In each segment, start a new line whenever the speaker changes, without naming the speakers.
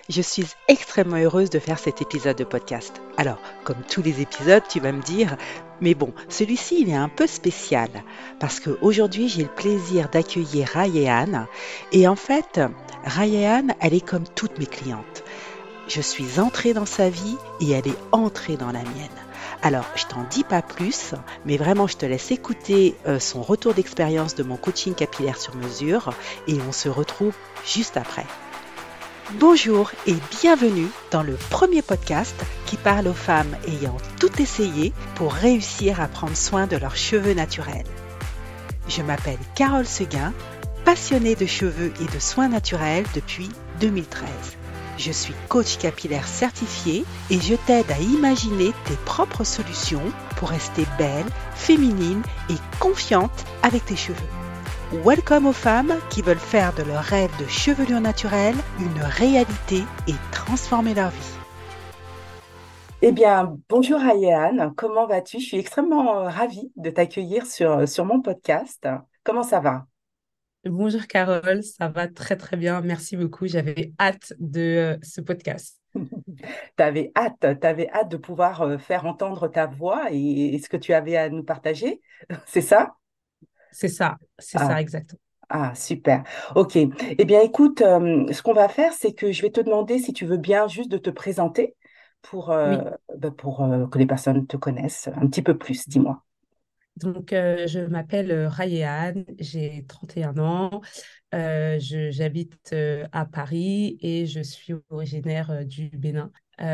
Je suis extrêmement heureuse de faire cet épisode de podcast. Alors, comme tous les épisodes, tu vas me dire, mais bon, celui-ci, il est un peu spécial parce qu'aujourd'hui, j'ai le plaisir d'accueillir Rayehan. Et en fait, Rayehan, elle est comme toutes mes clientes. Je suis entrée dans sa vie et elle est entrée dans la mienne. Alors, je t'en dis pas plus, mais vraiment, je te laisse écouter son retour d'expérience de mon coaching capillaire sur mesure et on se retrouve juste après. Bonjour et bienvenue dans le premier podcast qui parle aux femmes ayant tout essayé pour réussir à prendre soin de leurs cheveux naturels. Je m'appelle Carole Seguin, passionnée de cheveux et de soins naturels depuis 2013. Je suis coach capillaire certifié et je t'aide à imaginer tes propres solutions pour rester belle, féminine et confiante avec tes cheveux. Welcome aux femmes qui veulent faire de leur rêve de chevelure naturelle une réalité et transformer leur vie. Eh bien, bonjour Ayane, comment vas-tu? Je suis extrêmement ravie de t'accueillir sur mon podcast. Comment ça va?
Bonjour Carole, ça va très très bien. Merci beaucoup. J'avais hâte de ce podcast.
T'avais hâte de pouvoir faire entendre ta voix et ce que tu avais à nous partager, c'est ça?
C'est
Ah,
ça exactement.
super. Ok. Eh bien, écoute, ce qu'on va faire, c'est que je vais te demander si tu veux bien juste de te présenter pour,
Oui,
que les personnes te connaissent un petit peu plus, dis-moi.
donc je m'appelle Rayehan, j'ai 31 ans, j'habite à Paris et je suis originaire du Bénin.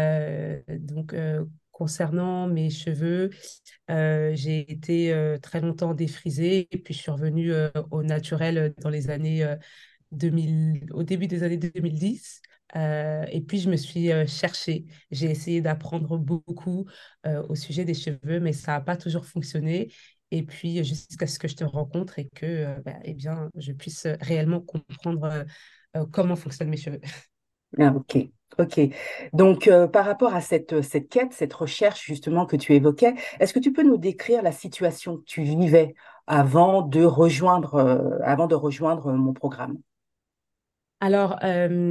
Concernant mes cheveux, j'ai été très longtemps défrisée et puis je suis revenue au naturel dans les années 2000, au début des années 2010. Et puis, je me suis cherchée. J'ai essayé d'apprendre beaucoup au sujet des cheveux, mais ça n'a pas toujours fonctionné. Et puis, jusqu'à ce que je te rencontre et que eh bien, je puisse réellement comprendre comment fonctionnent mes cheveux.
Ah, ok, ok. Donc, par rapport à cette quête, cette recherche justement que tu évoquais, est-ce que tu peux nous décrire la situation que tu vivais avant de rejoindre mon programme?
Alors,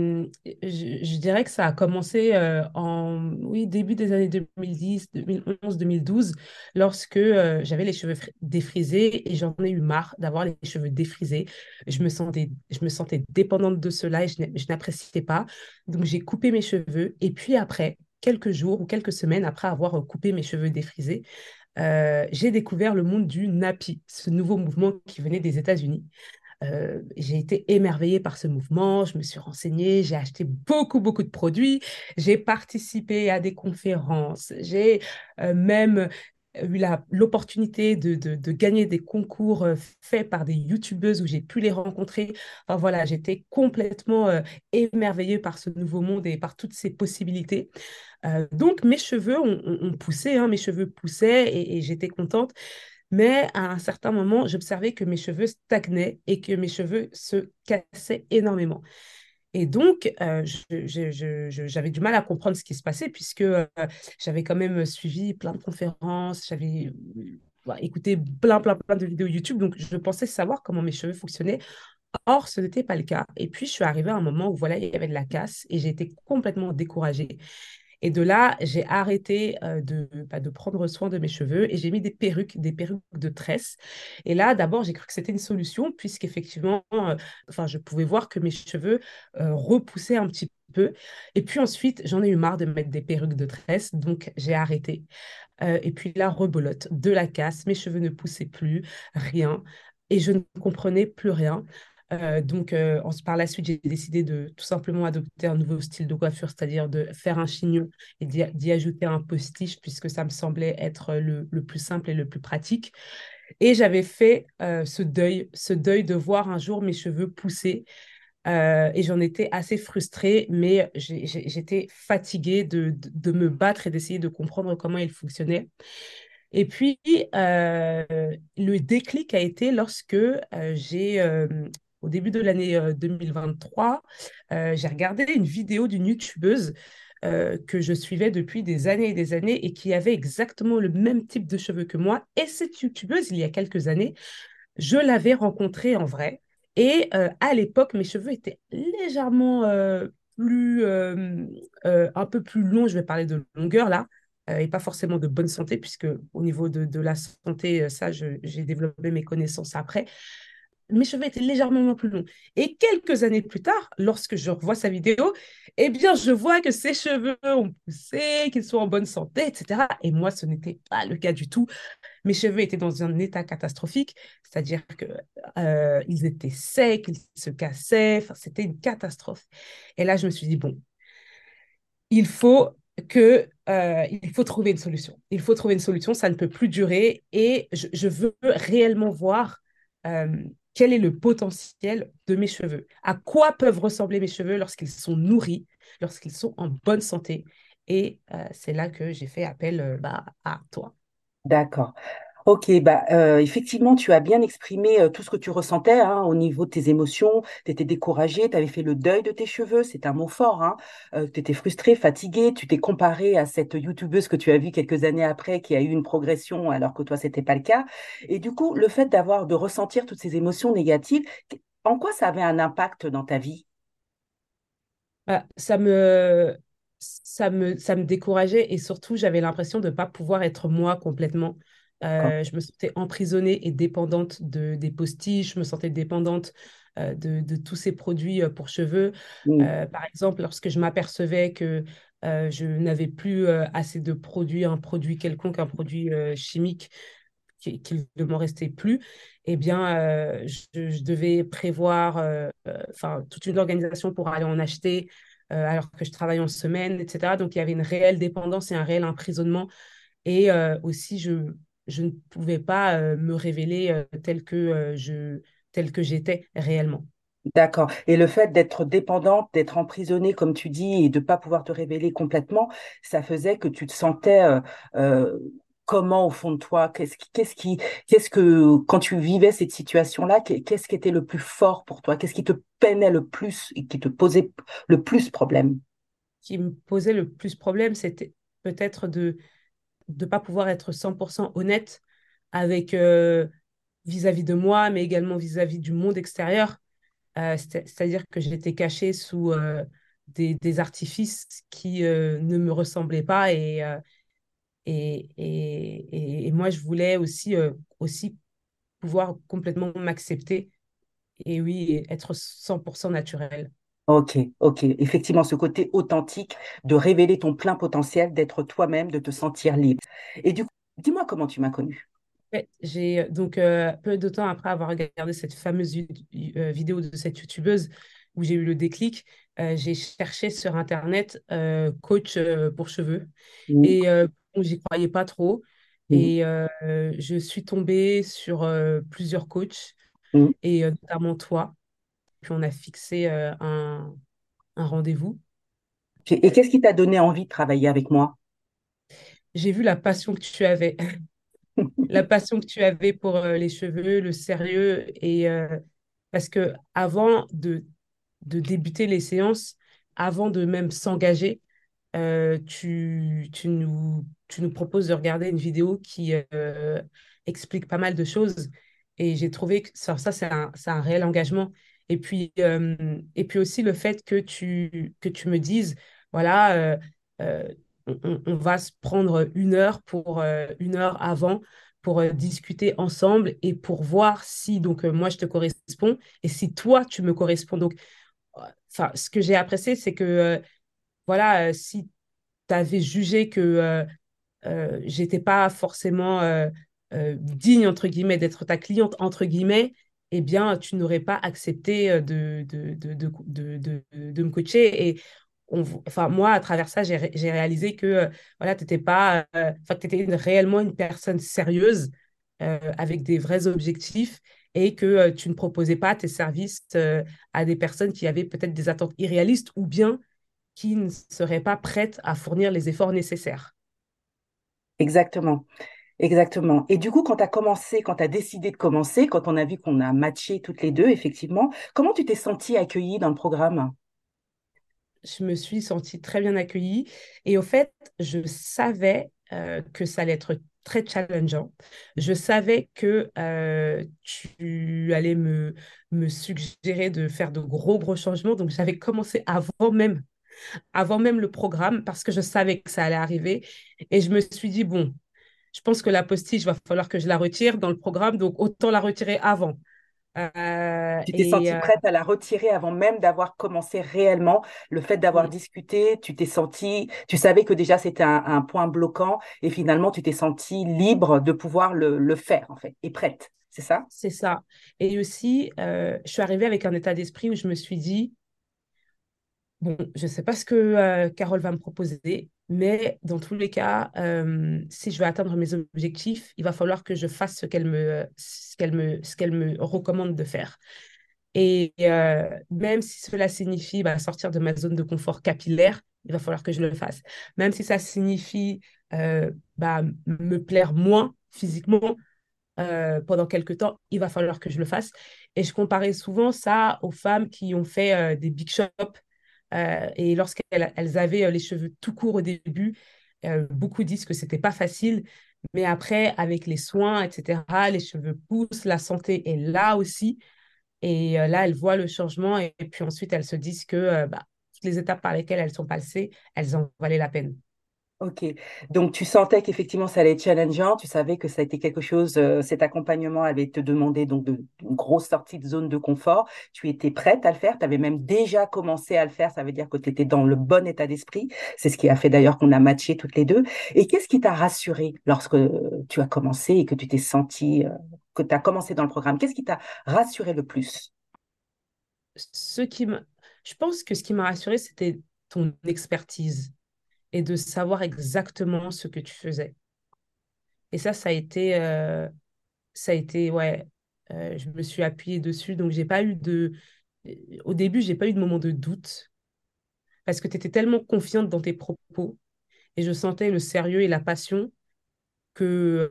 je dirais que ça a commencé oui, début des années 2010, 2011, 2012, lorsque j'avais les cheveux défrisés et j'en ai eu marre d'avoir les cheveux défrisés. Je me sentais dépendante de cela et je n'appréciais pas. Donc, j'ai coupé mes cheveux et puis après, quelques jours ou quelques semaines après avoir coupé mes cheveux défrisés, j'ai découvert le monde du nappy, ce nouveau mouvement qui venait des États-Unis. J'ai été émerveillée par ce mouvement, je me suis renseignée, j'ai acheté beaucoup de produits, j'ai participé à des conférences, j'ai même eu l'opportunité de gagner des concours faits par des youtubeuses où j'ai pu les rencontrer. Enfin voilà, j'étais complètement émerveillée par ce nouveau monde et par toutes ces possibilités. Donc mes cheveux ont poussé, hein, mes cheveux poussaient et j'étais contente. Mais à un certain moment, j'observais que mes cheveux stagnaient et que mes cheveux se cassaient énormément. Et donc, j'avais du mal à comprendre ce qui se passait puisque j'avais quand même suivi plein de conférences, j'avais écouté plein de vidéos YouTube, donc je pensais savoir comment mes cheveux fonctionnaient. Or, ce n'était pas le cas. Et puis, je suis arrivée à un moment où voilà, il y avait de la casse et j'ai été complètement découragée. Et de là, j'ai arrêté de prendre soin de mes cheveux et j'ai mis des perruques de tresse. Et là, d'abord, j'ai cru que c'était une solution puisqu'effectivement, enfin, je pouvais voir que mes cheveux repoussaient un petit peu. Et puis ensuite, j'en ai eu marre de mettre des perruques de tresse, donc j'ai arrêté. Et puis là, rebolote, de la casse, mes cheveux ne poussaient plus, rien. Et je ne comprenais plus rien. Par la suite, j'ai décidé de tout simplement adopter un nouveau style de coiffure, c'est-à-dire de faire un chignon et d'y ajouter un postiche, puisque ça me semblait être le plus simple et le plus pratique. Et j'avais fait ce deuil de voir un jour mes cheveux pousser. Et j'en étais assez frustrée, mais j'étais fatiguée de me battre et d'essayer de comprendre comment il fonctionnait. Et puis, le déclic a été lorsque au début de l'année 2023, j'ai regardé une vidéo d'une youtubeuse que je suivais depuis des années et des années et qui avait exactement le même type de cheveux que moi. Et cette youtubeuse, il y a quelques années, je l'avais rencontrée en vrai. Et à l'époque, mes cheveux étaient légèrement un peu plus long, je vais parler de longueur là, et pas forcément de bonne santé, puisque au niveau de la santé, ça, j'ai développé mes connaissances après. Mes cheveux étaient légèrement plus longs. Et quelques années plus tard, lorsque je revois sa vidéo, eh bien, je vois que ses cheveux ont poussé, qu'ils sont en bonne santé, etc. Et moi, ce n'était pas le cas du tout. Mes cheveux étaient dans un état catastrophique, c'est-à-dire que ils étaient secs, ils se cassaient, enfin, c'était une catastrophe. Et là, je me suis dit, bon, il faut il faut trouver une solution. Il faut trouver une solution, ça ne peut plus durer et je veux réellement voir euh, quel est le potentiel de mes cheveux. À quoi peuvent ressembler mes cheveux lorsqu'ils sont nourris, lorsqu'ils sont en bonne santé. Et c'est là que j'ai fait appel à toi.
D'accord. Ok, bah, effectivement, tu as bien exprimé tout ce que tu ressentais hein, au niveau de tes émotions. Tu étais découragée, tu avais fait le deuil de tes cheveux, c'est un mot fort. Hein. Tu étais frustrée, fatiguée, tu t'es comparée à cette youtubeuse que tu as vue quelques années après qui a eu une progression alors que toi, c'était pas le cas. Et du coup, le fait de ressentir toutes ces émotions négatives, en quoi ça avait un impact dans ta vie?
Bah, ça me décourageait et surtout, j'avais l'impression de ne pas pouvoir être moi complètement.
D'accord.
Je me sentais emprisonnée et dépendante des postiches, je me sentais dépendante de tous ces produits pour cheveux.
Mm.
Par exemple, lorsque je m'apercevais que je n'avais plus assez de produits, un produit quelconque, un produit chimique, qu'il ne m'en restait plus, eh bien, je devais prévoir enfin, toute une organisation pour aller en acheter alors que je travaille en semaine, etc. Donc, il y avait une réelle dépendance et un réel emprisonnement. Et aussi, je ne pouvais pas me révéler tel que j'étais réellement.
D'accord. Et le fait d'être dépendante, d'être emprisonnée, comme tu dis, et de ne pas pouvoir te révéler complètement, ça faisait que tu te sentais euh, comment au fond de toi? Qu'est-ce que, quand tu vivais cette situation-là, qu'est-ce qui était le plus fort pour toi? Qu'est-ce qui te peinait le plus et qui te posait le plus problème?
Ce qui me posait le plus problème, c'était peut-être de ne pas pouvoir être 100% honnête avec vis-à-vis de moi, mais également vis-à-vis du monde extérieur. C'est-à-dire que j'étais cachée sous des artifices qui ne me ressemblaient pas et moi, je voulais aussi pouvoir complètement m'accepter et oui, être 100% naturelle.
Ok, ok. Effectivement, ce côté authentique de révéler ton plein potentiel, d'être toi-même, de te sentir libre. Et du coup, dis-moi comment tu m'as connue.
Ouais, j'ai donc peu de temps après avoir regardé cette fameuse vidéo de cette youtubeuse où j'ai eu le déclic, j'ai cherché sur Internet coach pour cheveux
Mm,
et bon, j'y croyais pas trop
mm,
et je suis tombée sur plusieurs coachs
mm.
et notamment toi. Puis on a fixé un rendez-vous.
Et qu'est-ce qui t'a donné envie de travailler avec moi?
J'ai vu la passion que tu avais, la passion que tu avais pour les cheveux, le sérieux et parce que avant de débuter les séances, avant de même s'engager, tu nous proposes de regarder une vidéo qui explique pas mal de choses. Et j'ai trouvé que ça c'est un réel engagement. Et puis aussi le fait que tu me dises, voilà, euh, on va se prendre une heure pour une heure avant pour discuter ensemble et pour voir si donc moi je te corresponds et si toi tu me corresponds. Donc, enfin, ce que j'ai apprécié, c'est que voilà, si tu avais jugé que j'étais pas forcément digne, entre guillemets, d'être ta cliente, entre guillemets, eh bien, tu n'aurais pas accepté de me coacher. Et enfin, moi, à travers ça, j'ai réalisé que voilà, t'étais pas, enfin, que tu étais réellement une personne sérieuse avec des vrais objectifs et que tu ne proposais pas tes services à des personnes qui avaient peut-être des attentes irréalistes ou bien qui ne seraient pas prêtes à fournir les efforts nécessaires.
Exactement, exactement. Et du coup, quand tu as décidé de commencer, quand on a vu qu'on a matché toutes les deux, effectivement, comment tu t'es sentie accueillie dans le programme?
Je me suis sentie très bien accueillie et au fait, je savais que ça allait être très challengeant. Je savais que tu allais me suggérer de faire de gros, gros changements. Donc, j'avais commencé avant même le programme parce que je savais que ça allait arriver. Et je me suis dit, bon, je pense que la postille, il va falloir que je la retire dans le programme. Donc, autant la retirer avant. Euh,
Tu t'es
et
sentie
euh,
prête à la retirer avant même d'avoir commencé réellement. Le fait d'avoir
oui,
discuté, tu t'es sentie, tu savais que déjà c'était un point bloquant et finalement tu t'es sentie libre de pouvoir le faire en fait et prête. C'est ça?
c'est ça. Et aussi, je suis arrivée avec un état d'esprit où je me suis dit, bon, je ne sais pas ce que Carole va me proposer, mais dans tous les cas, si je veux atteindre mes objectifs, il va falloir que je fasse ce qu'elle me recommande de faire. Et même si cela signifie bah, sortir de ma zone de confort capillaire, il va falloir que je le fasse. Même si ça signifie bah, me plaire moins physiquement pendant quelques temps, il va falloir que je le fasse. Et je comparais souvent ça aux femmes qui ont fait des big shops et lorsqu'elles avaient les cheveux tout courts au début, beaucoup disent que c'était pas facile, mais après, avec les soins, etc., les cheveux poussent, la santé est là aussi. Et là, elles voient le changement et puis ensuite, elles se disent que bah, toutes les étapes par lesquelles elles sont passées, elles en valaient la peine.
Ok, donc tu sentais qu'effectivement ça allait être challengeant, tu savais que ça a été quelque chose, cet accompagnement avait te demandé donc une grosse sortie de zone de confort, tu étais prête à le faire, tu avais même déjà commencé à le faire, ça veut dire que tu étais dans le bon état d'esprit, c'est ce qui a fait d'ailleurs qu'on a matché toutes les deux. Et qu'est-ce qui t'a rassuré lorsque tu as commencé et que tu t'es sentie, que tu as commencé dans le programme? Qu'est-ce qui t'a rassuré le plus?
Ce qui m'a... Je pense que ce qui m'a rassurée, c'était ton expertise et de savoir exactement ce que tu faisais. Et ça a été, ouais, je me suis appuyée dessus. Donc, j'ai pas eu de, au début, j'ai pas eu de moment de doute parce que tu étais tellement confiante dans tes propos et je sentais le sérieux et la passion que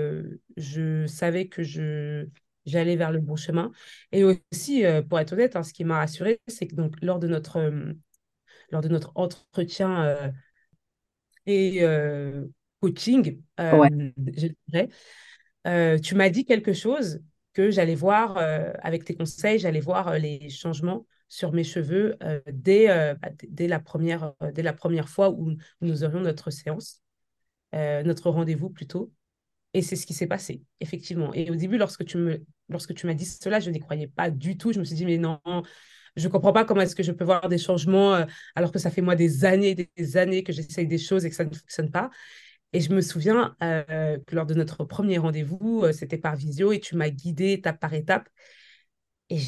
je savais que j'allais vers le bon chemin. Et aussi, pour être honnête, hein, ce qui m'a rassurée, c'est que donc, lors de notre entretien et coaching,
Ouais,
je dirais, tu m'as dit quelque chose que j'allais voir avec tes conseils, j'allais voir les changements sur mes cheveux dès la première fois où nous aurions notre séance, notre rendez-vous plutôt. Et c'est ce qui s'est passé, effectivement. Et au début, lorsque tu m'as dit cela, je n'y croyais pas du tout. Je me suis dit, mais non, je ne comprends pas comment est-ce que je peux voir des changements alors que ça fait moi des années que j'essaye des choses et que ça ne fonctionne pas. Et je me souviens que lors de notre premier rendez-vous, c'était par visio et tu m'as guidée étape par étape. Et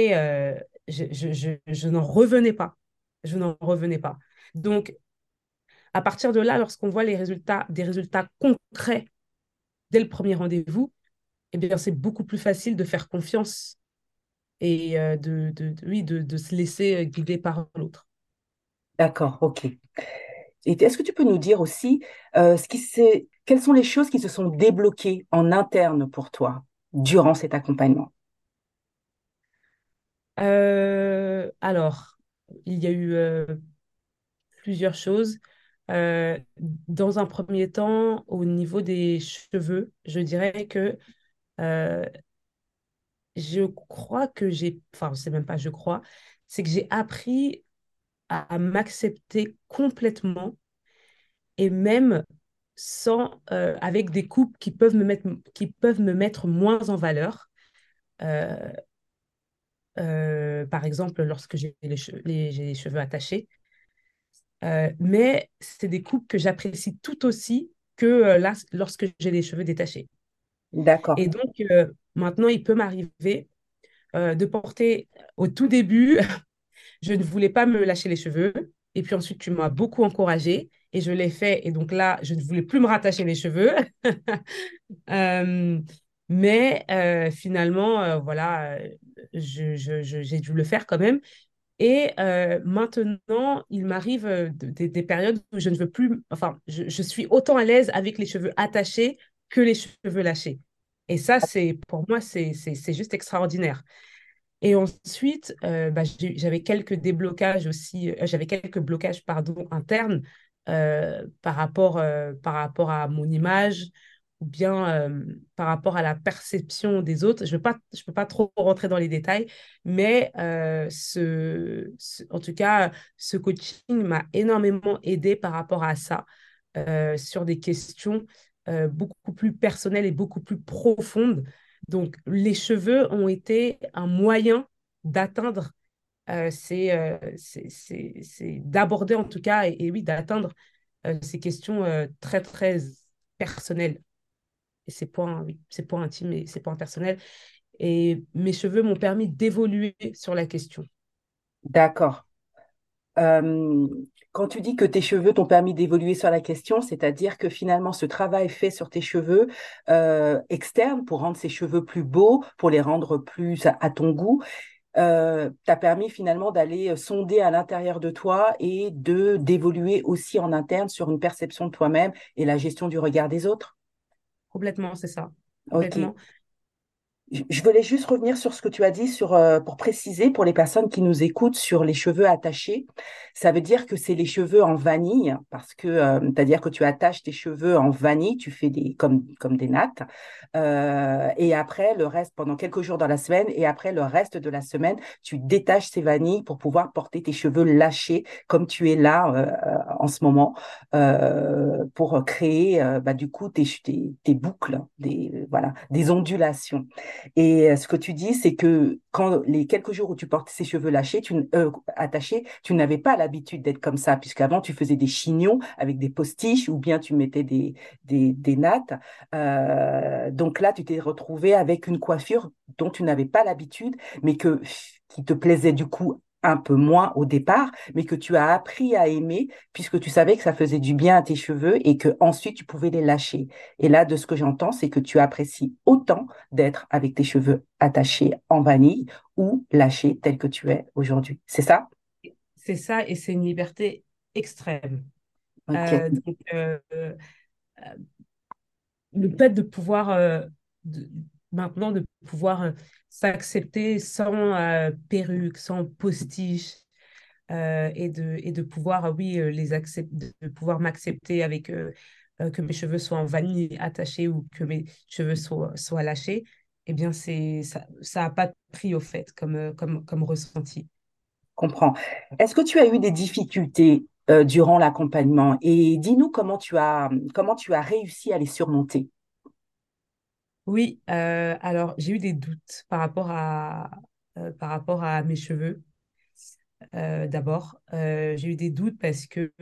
je n'en revenais pas. Je n'en revenais pas. Donc, à partir de là, lorsqu'on voit des résultats concrets dès le premier rendez-vous, eh bien, c'est beaucoup plus facile de faire confiance et oui, de se laisser guider par l'autre.
d'accord, ok. Et est-ce que tu peux nous dire aussi quelles sont les choses qui se sont débloquées en interne pour toi durant cet accompagnement?
Alors, il y a eu plusieurs choses. Dans un premier temps, au niveau des cheveux, je dirais que euh, je crois que enfin, c'est même pas je crois, c'est que j'ai appris à m'accepter complètement et même avec des coupes qui peuvent me mettre moins en valeur. Euh, Par exemple, lorsque j'ai les cheveux attachés. Mais c'est des coupes que j'apprécie tout aussi que là, lorsque j'ai les cheveux détachés.
D'accord,
Et donc, maintenant, il peut m'arriver de porter au tout début, je ne voulais pas me lâcher les cheveux. Et puis ensuite, tu m'as beaucoup encouragée et je l'ai fait. Et donc là, je ne voulais plus me rattacher les cheveux. Euh, mais finalement, voilà, j'ai dû le faire quand même. Et maintenant, il m'arrive des périodes où je ne veux plus, enfin, je suis autant à l'aise avec les cheveux attachés que les cheveux lâchés. Et ça, pour moi, c'est juste extraordinaire. Et ensuite, bah, j'avais quelques déblocages aussi, j'avais quelques blocages, pardon, internes par rapport à mon image, ou bien par rapport à la perception des autres. Je peux pas trop rentrer dans les détails, mais en tout cas, ce coaching m'a énormément aidé par rapport à ça, sur des questions beaucoup plus personnelles et beaucoup plus profondes. Donc, les cheveux ont été un moyen d'atteindre, c'est d'aborder en tout cas, et oui, d'atteindre ces questions très, très personnelles. Et ces points intimes et ces points personnels. Et mes cheveux m'ont permis d'évoluer sur la question.
D'accord. Euh, Quand tu dis que tes cheveux t'ont permis d'évoluer sur la question, c'est-à-dire que finalement ce travail fait sur tes cheveux externes pour rendre ces cheveux plus beaux, pour les rendre plus à ton goût, t'a permis finalement d'aller sonder à l'intérieur de toi et de d'évoluer aussi en interne sur une perception de toi-même et la gestion du regard des autres.
Complètement, c'est ça.
Ok.
Complètement.
Je voulais juste revenir sur ce que tu as dit pour préciser pour les personnes qui nous écoutent sur les cheveux attachés. Ça veut dire que c'est les cheveux en vanille parce que c'est-à-dire que tu attaches tes cheveux en vanille, tu fais comme des nattes. Et après le reste pendant quelques jours dans la semaine et après le reste de la semaine, tu détaches ces vanilles pour pouvoir porter tes cheveux lâchés comme tu es là en ce moment pour créer bah, du coup tes boucles, voilà, des ondulations. Et ce que tu dis, c'est que quand les quelques jours où tu portes ces cheveux attachés, tu n'avais pas l'habitude d'être comme ça, puisqu'avant, tu faisais des chignons avec des postiches ou bien tu mettais des nattes. Donc là, tu t'es retrouvé avec une coiffure dont tu n'avais pas l'habitude, mais qui te plaisait du coup un peu moins au départ, mais que tu as appris à aimer puisque tu savais que ça faisait du bien à tes cheveux et que ensuite tu pouvais les lâcher. Et là, de ce que j'entends, c'est que tu apprécies autant d'être avec tes cheveux attachés en vanille ou lâchés tel que tu es aujourd'hui. C'est ça?
C'est ça, et c'est une liberté extrême.
Ok,
Donc, le fait de pouvoir, maintenant, de pouvoir s'accepter sans perruque, sans postiche, et de pouvoir, oui, de pouvoir m'accepter avec que mes cheveux soient en vanille attachés ou que mes cheveux soient lâchés, eh bien, ça a pas de prix, au fait, comme ressenti.
comprends. Est-ce que tu as eu des difficultés durant l'accompagnement et dis-nous comment tu as réussi à les surmonter.
Oui, alors j'ai eu des doutes par rapport à mes cheveux. D'abord, j'ai eu des doutes parce que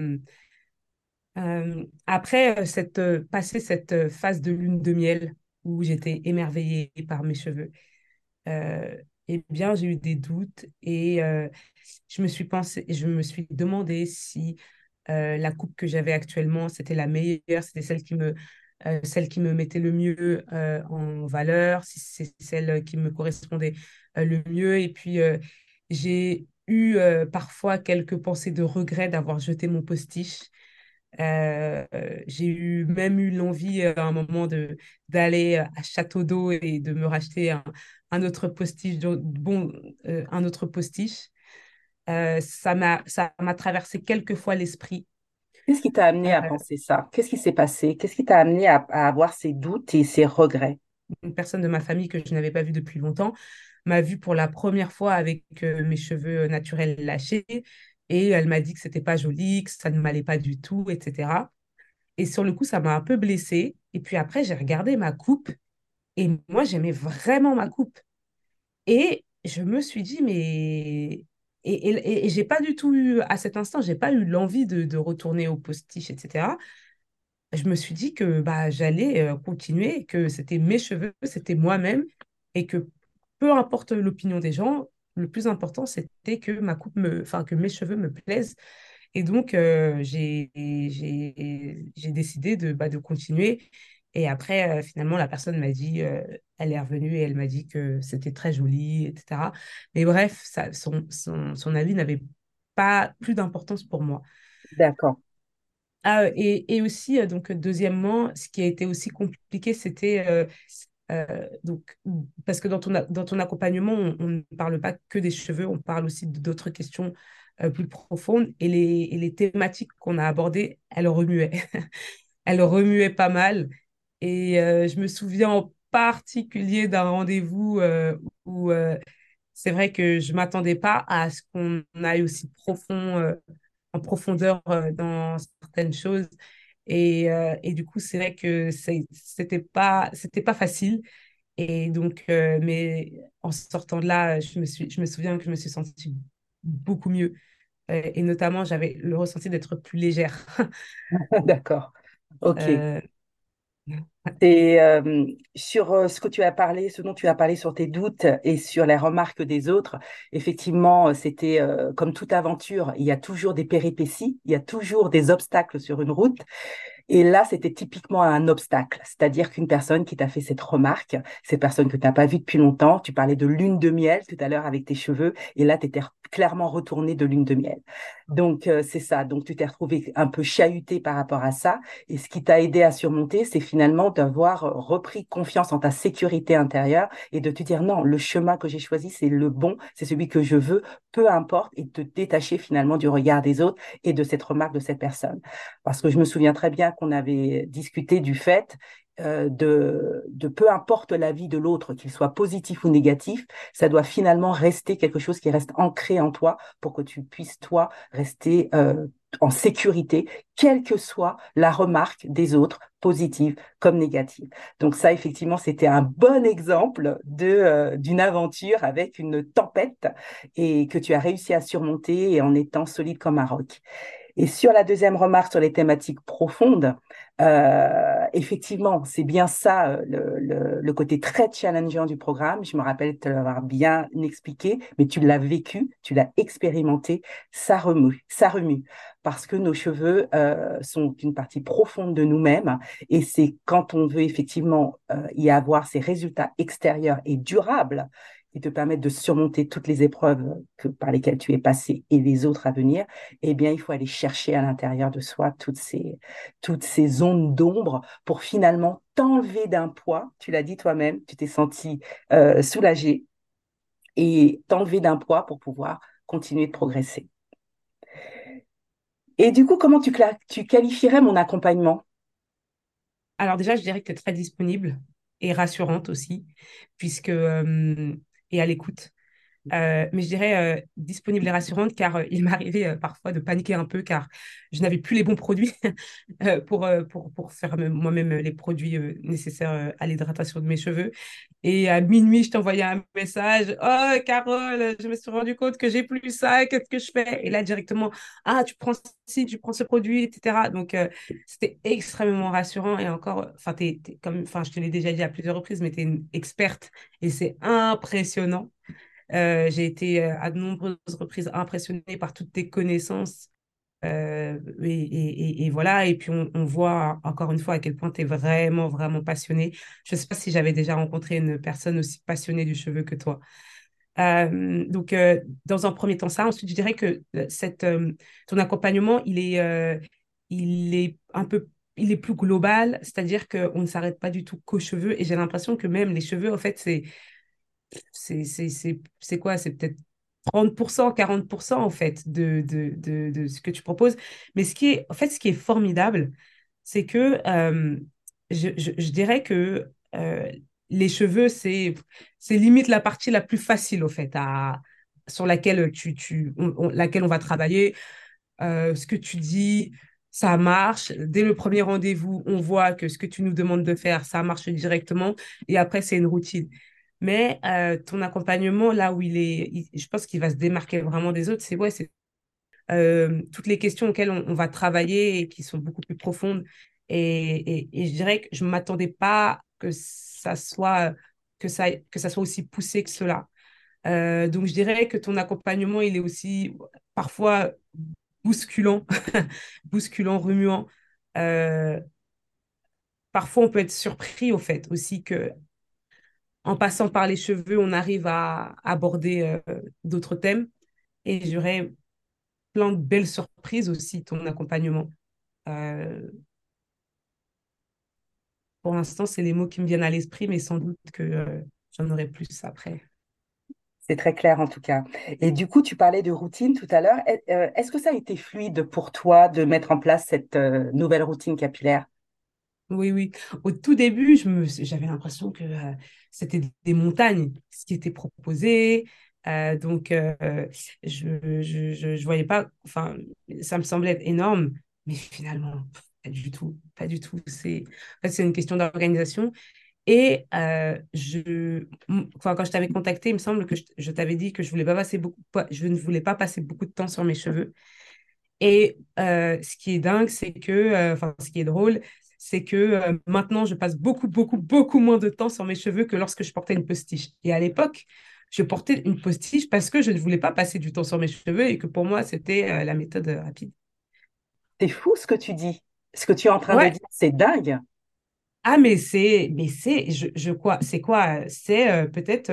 après passer cette phase de lune de miel où j'étais émerveillée par mes cheveux, euh, eh bien, j'ai eu des doutes et je me suis demandé si la coupe que j'avais actuellement, c'était la meilleure, c'était celle qui me mettait le mieux en valeur, si c'est celle qui me correspondait le mieux. Et puis, j'ai eu parfois quelques pensées de regret d'avoir jeté mon postiche. J'ai même eu l'envie à un moment d'aller à Château d'Eau et de me racheter un autre postiche, un autre postiche. Ça m'a traversé quelques fois l'esprit.
Qu'est-ce qui t'a amené à
Euh,
penser ça? Qu'est-ce qui s'est passé? Qu'est-ce qui t'a amené à avoir ces doutes et ces regrets?
une personne de ma famille que je n'avais pas vue depuis longtemps m'a vue pour la première fois avec mes cheveux naturels lâchés et elle m'a dit que c'était pas joli, que ça ne m'allait pas du tout, etc. Et sur le coup, ça m'a un peu blessée. Et puis après, j'ai regardé ma coupe et moi, j'aimais vraiment ma coupe. Et je me suis dit, mais... Et j'ai pas du tout eu, à cet instant, j'ai pas eu l'envie de retourner au postiche, etc. Je me suis dit que bah, j'allais continuer, que c'était mes cheveux, c'était moi-même, et que peu importe l'opinion des gens, le plus important, c'était que enfin, que mes cheveux me plaisent. Et donc, j'ai décidé de continuer. Et après, finalement, la personne m'a dit, elle est revenue et elle m'a dit que c'était très joli, etc. Mais bref, son avis n'avait pas plus d'importance pour moi.
D'accord.
Et aussi, donc, deuxièmement, ce qui a été aussi compliqué, c'était donc, parce que dans ton accompagnement, on ne parle pas que des cheveux, on parle aussi d'autres questions plus profondes. Et les thématiques qu'on a abordées, elles remuaient. Elles remuaient pas mal. Et je me souviens en particulier d'un rendez-vous où c'est vrai que je m'attendais pas à ce qu'on aille aussi en profondeur dans certaines choses. Et du coup, c'est vrai que c'était pas facile. Et donc, mais en sortant de là, je me souviens que je me suis sentie beaucoup mieux. Et notamment, j'avais le ressenti d'être plus légère.
D'accord. Ok.
Euh,
Et sur ce que tu as parlé, ce dont tu as parlé sur tes doutes et sur les remarques des autres, effectivement, c'était comme toute aventure, il y a toujours des péripéties, il y a toujours des obstacles sur une route. Et là, c'était typiquement un obstacle, c'est-à-dire qu'une personne qui t'a fait cette remarque, cette personne que tu n'as pas vue depuis longtemps, tu parlais de lune de miel tout à l'heure avec tes cheveux, et là, tu étais clairement retourné de lune de miel. Donc, c'est ça. Donc, tu t'es retrouvé un peu chahuté par rapport à ça. Et ce qui t'a aidé à surmonter, c'est finalement d'avoir repris confiance en ta sécurité intérieure et de te dire non, le chemin que j'ai choisi, c'est le bon, c'est celui que je veux, peu importe, et de te détacher finalement du regard des autres et de cette remarque de cette personne. Parce que je me souviens très bien qu'on avait discuté du fait de peu importe l'avis de l'autre, qu'il soit positif ou négatif, ça doit finalement rester quelque chose qui reste ancré en toi pour que tu puisses, toi, rester en sécurité, quelle que soit la remarque des autres, positive comme négative. Donc ça, effectivement, c'était un bon exemple d'une aventure avec une tempête et que tu as réussi à surmonter en étant solide comme un roc. Et sur la deuxième remarque sur les thématiques profondes, effectivement, c'est bien ça le côté très challengeant du programme. Je me rappelle te l'avoir bien expliqué, mais tu l'as vécu, tu l'as expérimenté, ça remue, ça remue. Parce que nos cheveux sont une partie profonde de nous-mêmes et c'est quand on veut effectivement y avoir ces résultats extérieurs et durables qui te permettent de surmonter toutes les épreuves par lesquelles tu es passé et les autres à venir, eh bien, il faut aller chercher à l'intérieur de soi toutes ces zones d'ombre pour finalement t'enlever d'un poids. Tu l'as dit toi-même, tu t'es senti soulagé et t'enlever d'un poids pour pouvoir continuer de progresser. Et du coup, comment tu qualifierais mon accompagnement?
alors déjà, je dirais que tu es très disponible et rassurante aussi, puisque et à l'écoute. Mais je dirais disponible et rassurante car il m'arrivait parfois de paniquer un peu car je n'avais plus les bons produits pour faire moi-même les produits nécessaires à l'hydratation de mes cheveux. Et à minuit, je t'envoyais un message. Oh, Carole, je me suis rendu compte que j'ai plus ça. Qu'est-ce que je fais? Et là, directement, ah, tu prends ci, tu prends ce produit, etc. Donc, c'était extrêmement rassurant. Et encore, enfin, comme, enfin, je te l'ai déjà dit à plusieurs reprises, mais tu es une experte et c'est impressionnant. J'ai été à de nombreuses reprises impressionnée par toutes tes connaissances. Et voilà, et puis on voit encore une fois à quel point tu es vraiment, vraiment passionné. Je ne sais pas si j'avais déjà rencontré une personne aussi passionnée du cheveu que toi. Donc, dans un premier temps, ça. Ensuite, je dirais que ton accompagnement, il est un peu, il est plus global, c'est-à-dire qu'on ne s'arrête pas du tout qu'aux cheveux. Et j'ai l'impression que même les cheveux, en fait, c'est quoi? C'est peut-être 30%, 40% en fait de ce que tu proposes. Mais en fait, ce qui est formidable, c'est que je dirais que les cheveux, c'est limite la partie la plus facile, au fait, sur laquelle laquelle on va travailler. Ce que tu dis, ça marche. Dès le premier rendez-vous, on voit que ce que tu nous demandes de faire, ça marche directement. Et après, c'est une routine. Mais ton accompagnement, là où je pense qu'il va se démarquer vraiment des autres, c'est toutes les questions auxquelles on va travailler et qui sont beaucoup plus profondes. Et je dirais que je ne m'attendais pas que ça soit aussi poussé que cela. Donc, je dirais que ton accompagnement, il est aussi parfois bousculant, bousculant, remuant. Euh, Parfois, on peut être surpris au fait aussi que en passant par les cheveux, on arrive à aborder d'autres thèmes. Et j'aurais plein de belles surprises aussi, ton accompagnement. Euh, pour l'instant, c'est les mots qui me viennent à l'esprit, mais sans doute que j'en aurai plus après.
C'est très clair en tout cas. Et du coup, tu parlais de routine tout à l'heure. Est-ce que ça a été fluide pour toi de mettre en place cette nouvelle routine capillaire?
Oui, oui. Au tout début, j'avais l'impression que c'était des montagnes, ce qui était proposé. Donc, je voyais pas, enfin, ça me semblait être énorme, mais finalement, pas du tout, pas du tout. En fait, c'est une question d'organisation. Et enfin, quand je t'avais contacté, il me semble que je t'avais dit que je ne voulais pas passer beaucoup de temps sur mes cheveux. Et ce qui est dingue, c'est que, enfin, ce qui est drôle, c'est que maintenant, je passe beaucoup, beaucoup, beaucoup moins de temps sur mes cheveux que lorsque je portais une postiche. Et à l'époque, je portais une postiche parce que je ne voulais pas passer du temps sur mes cheveux et que pour moi, c'était la méthode rapide.
C'est fou ce que tu dis. Ce que tu es en train de
Ouais.
dire, c'est dingue.
Ah, c'est quoi? C'est peut-être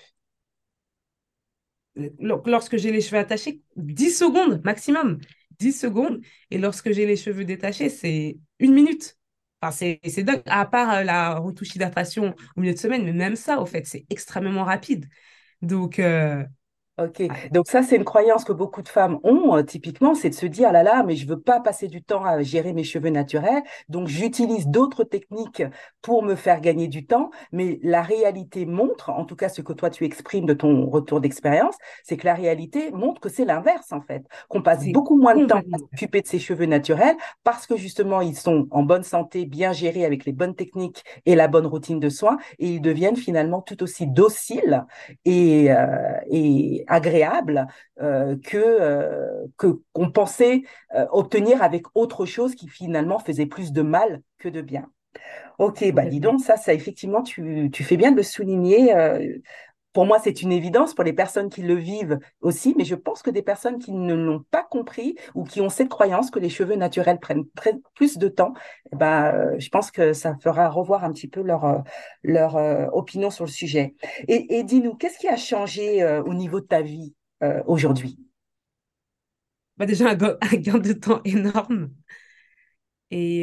lorsque j'ai les cheveux attachés, 10 secondes maximum. 10 secondes. Et lorsque j'ai les cheveux détachés, c'est 1 minute. Enfin, c'est dingue. À part la retouche hydratation au milieu de semaine, mais même ça, au fait, c'est extrêmement rapide. Donc,
Ok,
ouais,
donc ça c'est une croyance que beaucoup de femmes ont, typiquement, c'est de se dire, ah là là, mais je veux pas passer du temps à gérer mes cheveux naturels, donc j'utilise d'autres techniques pour me faire gagner du temps, mais la réalité montre, en tout cas ce que toi tu exprimes de ton retour d'expérience, c'est que la réalité montre que c'est l'inverse en fait, qu'on passe
c'est
beaucoup moins de temps à
complètement vrai.
s'occuper de ses cheveux naturels parce que justement ils sont en bonne santé, bien gérés avec les bonnes techniques et la bonne routine de soins, et ils deviennent finalement tout aussi dociles et agréable que qu'on pensait obtenir avec autre chose qui finalement faisait plus de mal que de bien. Ok, bah dis
Complètement.
donc, ça effectivement, tu fais bien de le souligner. Pour moi, c'est une évidence pour les personnes qui le vivent aussi, mais je pense que des personnes qui ne l'ont pas compris ou qui ont cette croyance que les cheveux naturels prennent plus de temps, je pense que ça fera revoir un petit peu leur opinion sur le sujet. Et dis-nous, qu'est-ce qui a changé au niveau de ta vie aujourd'hui?
Bah, déjà, un gain de temps énorme. Et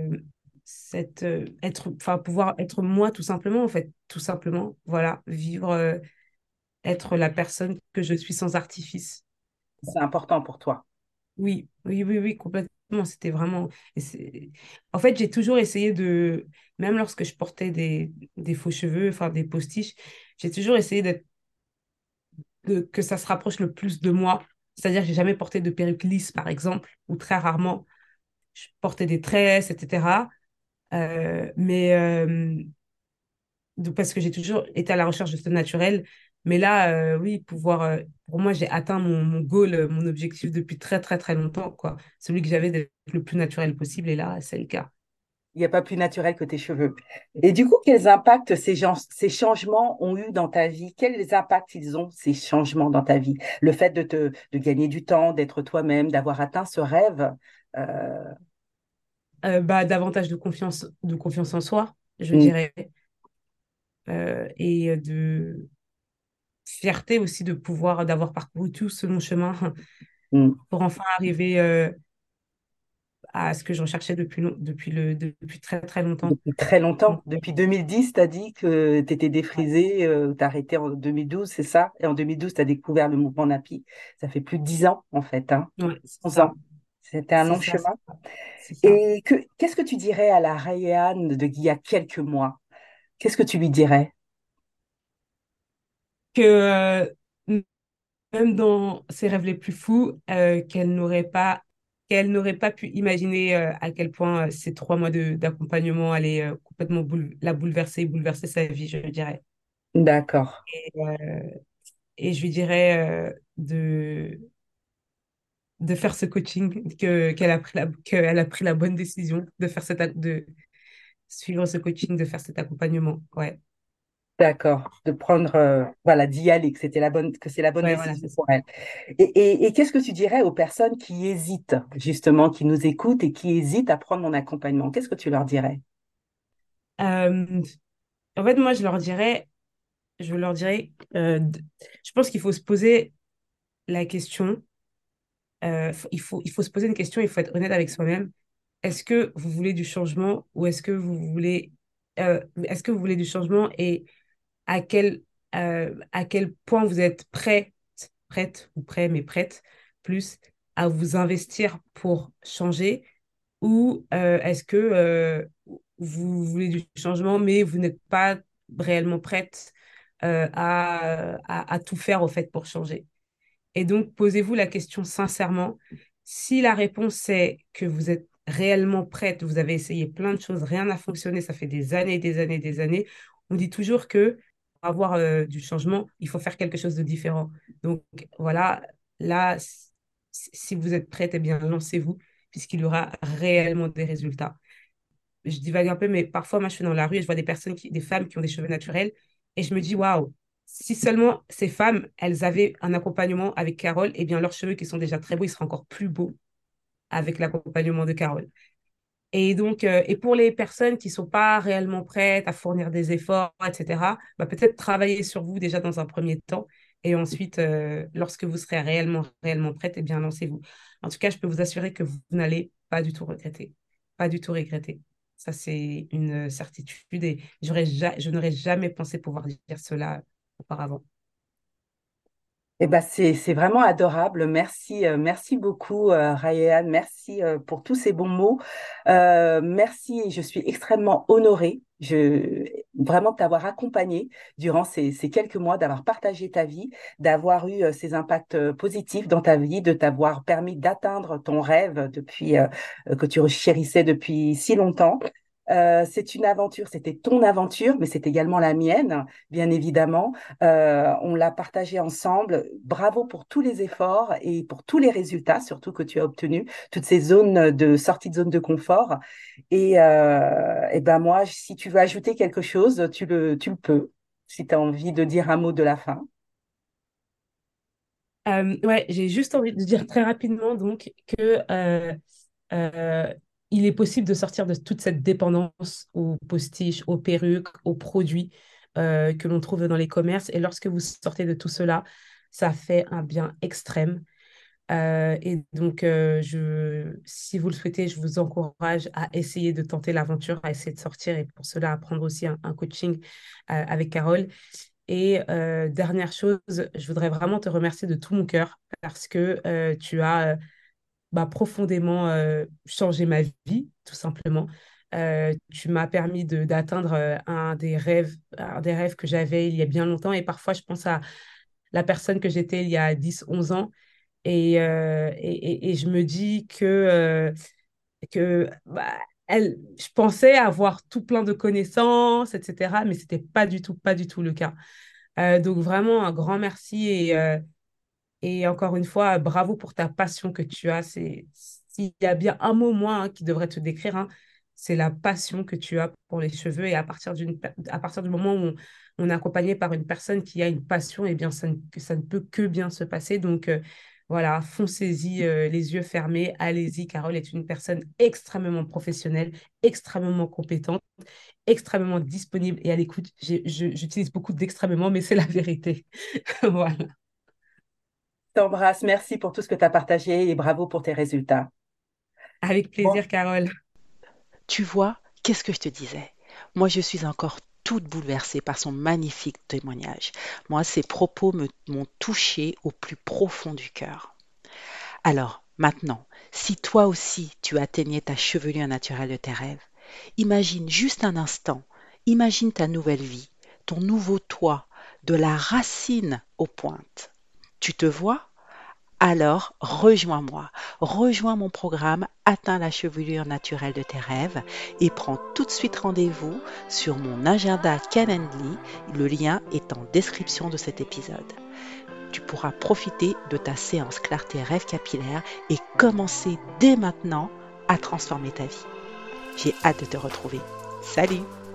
enfin, pouvoir être moi, tout simplement, en fait. Tout simplement. Voilà. Vivre, être la personne que je suis sans artifice.
C'est important pour toi.
Oui, oui, oui, oui, complètement. C'était vraiment. En fait, j'ai toujours essayé de. Même lorsque je portais des faux cheveux, enfin des postiches, j'ai toujours essayé que ça se rapproche le plus de moi. C'est-à-dire que j'ai jamais porté de perruque lisse, par exemple, ou très rarement. Je portais des tresses, etc. Mais parce que j'ai toujours été à la recherche de ce naturel. Mais là, oui, pour moi, j'ai atteint mon goal, mon objectif depuis très, très, très longtemps, quoi. Celui que j'avais d'être le plus naturel possible. Et là, c'est le cas.
Il n'y a pas plus naturel que tes cheveux. Et du coup, quels impacts ces changements ont eu dans ta vie? Quels impacts ils ont, ces changements dans ta vie? Le fait de gagner du temps, d'être toi-même, d'avoir atteint ce rêve. euh,
Bah, davantage de confiance en soi, je
mm,
dirais. Et de fierté aussi d'avoir parcouru tout ce long chemin
mm.
pour enfin arriver à ce que je recherchais depuis très, très longtemps.
Depuis très
Donc,
longtemps. Depuis 2010, tu as dit que tu étais
ouais,
défrisé, tu as arrêté en 2012, c'est ça? Et en 2012, tu as découvert le mouvement Napi. Ça fait plus de 10 ans, en fait, hein?
ouais, c'est
11
ça.
ans. C'était un
C'est
long
ça, c'est
chemin.
ça. C'est ça.
Et qu'est-ce que tu dirais à la Rayane d'il y a quelques mois? Qu'est-ce que tu lui dirais?
Que même dans ses rêves les plus fous, qu'elle n'aurait pas pu imaginer à quel point ces 3 mois d'accompagnement allaient complètement bouleverser sa vie, je dirais.
D'accord.
Et, et je lui dirais de faire ce coaching, qu'elle a pris la bonne décision de suivre ce coaching, de faire cet accompagnement. Ouais,
D'accord, de prendre, voilà, d'y aller, que c'est la bonne
ouais, voilà,
décision
c'est ça.
pour elle. Et qu'est-ce que tu dirais aux personnes qui hésitent, justement, qui nous écoutent et qui hésitent à prendre mon accompagnement? Qu'est-ce que tu leur dirais?
Euh, En fait, moi, je leur dirais, je pense qu'il faut se poser la question, il faut se poser une question, il faut être honnête avec soi-même. Est-ce que vous voulez du changement ou est-ce que vous voulez du changement et à quel point vous êtes prête ou prêt, mais prête plus à vous investir pour changer ou vous voulez du changement, mais vous n'êtes pas réellement prête à tout faire, au fait, pour changer. Et donc, posez-vous la question sincèrement. Si la réponse est que vous êtes réellement prête, vous avez essayé plein de choses, rien n'a fonctionné, ça fait des années, des années, des années, on dit toujours que pour avoir du changement, il faut faire quelque chose de différent. Donc, voilà, là, si vous êtes prête, eh bien, lancez-vous, puisqu'il y aura réellement des résultats. Je divague un peu, mais parfois, moi, je suis dans la rue et je vois des femmes qui ont des cheveux naturels et je me dis, waouh, si seulement ces femmes, elles avaient un accompagnement avec Carole, eh bien, leurs cheveux qui sont déjà très beaux, ils seraient encore plus beaux avec l'accompagnement de Carole. Et donc, et pour les personnes qui sont pas réellement prêtes à fournir des efforts, etc., bah, peut-être travailler sur vous déjà dans un premier temps et ensuite, lorsque vous serez réellement prête, eh bien, lancez-vous. En tout cas, je peux vous assurer que vous n'allez pas du tout regretter. Pas du tout regretter. Ça, c'est une certitude et je n'aurais jamais pensé pouvoir dire cela auparavant.
Eh ben c'est vraiment adorable. Merci, merci beaucoup, Ryan. Merci pour tous ces bons mots. Merci, je suis extrêmement honorée. Vraiment de t'avoir accompagnée durant ces quelques mois, d'avoir partagé ta vie, d'avoir eu ces impacts positifs dans ta vie, de t'avoir permis d'atteindre ton rêve que tu chérissais depuis si longtemps. C'est une aventure, c'était ton aventure, mais c'est également la mienne, bien évidemment. On l'a partagé ensemble. Bravo pour tous les efforts et pour tous les résultats, surtout que tu as obtenus, toutes ces zones de sortie de zone de confort. Et ben moi, si tu veux ajouter quelque chose, tu le peux, si tu as envie de dire un mot de la fin.
Ouais, j'ai juste envie de dire très rapidement donc que euh, il est possible de sortir de toute cette dépendance aux postiches, aux perruques, aux produits que l'on trouve dans les commerces. Et lorsque vous sortez de tout cela, ça fait un bien extrême. Et donc, si vous le souhaitez, je vous encourage à essayer de tenter l'aventure, à essayer de sortir et pour cela, à prendre aussi un coaching avec Carole. Et dernière chose, je voudrais vraiment te remercier de tout mon cœur parce que tu as profondément changé ma vie, tout simplement. Tu m'as permis d'atteindre un des rêves que j'avais il y a bien longtemps. Et parfois, je pense à la personne que j'étais il y a 10, 11 ans. Et je me dis que je pensais avoir tout plein de connaissances, etc. Mais c'était pas du tout le cas. Donc vraiment un grand merci et encore une fois, bravo pour ta passion que tu as. S'il y a bien un mot, moi, qui devrait te décrire, hein, c'est la passion que tu as pour les cheveux. Et à partir du moment où on est accompagné par une personne qui a une passion, eh bien, ça ne peut que bien se passer. Donc, voilà, foncez-y, les yeux fermés. Allez-y. Carole est une personne extrêmement professionnelle, extrêmement compétente, extrêmement disponible et à l'écoute. J'utilise beaucoup d'extrêmement, mais c'est la vérité. Voilà.
T'embrasse, merci pour tout ce que tu as partagé et bravo pour tes résultats.
Avec
Bon,
plaisir, Carole.
Tu vois, qu'est-ce que je te disais? Moi, je suis encore toute bouleversée par son magnifique témoignage. Moi, ses propos m'ont touchée au plus profond du cœur. Alors, maintenant, si toi aussi tu atteignais ta chevelure naturelle de tes rêves, imagine juste un instant, imagine ta nouvelle vie, ton nouveau toi, de la racine aux pointes. Tu te vois? Alors, rejoins-moi, rejoins mon programme Atteins la chevelure naturelle de tes rêves et prends tout de suite rendez-vous sur mon agenda Calendly. Le lien est en description de cet épisode. Tu pourras profiter de ta séance Clarté Rêve Capillaire et commencer dès maintenant à transformer ta vie. J'ai hâte de te retrouver. Salut!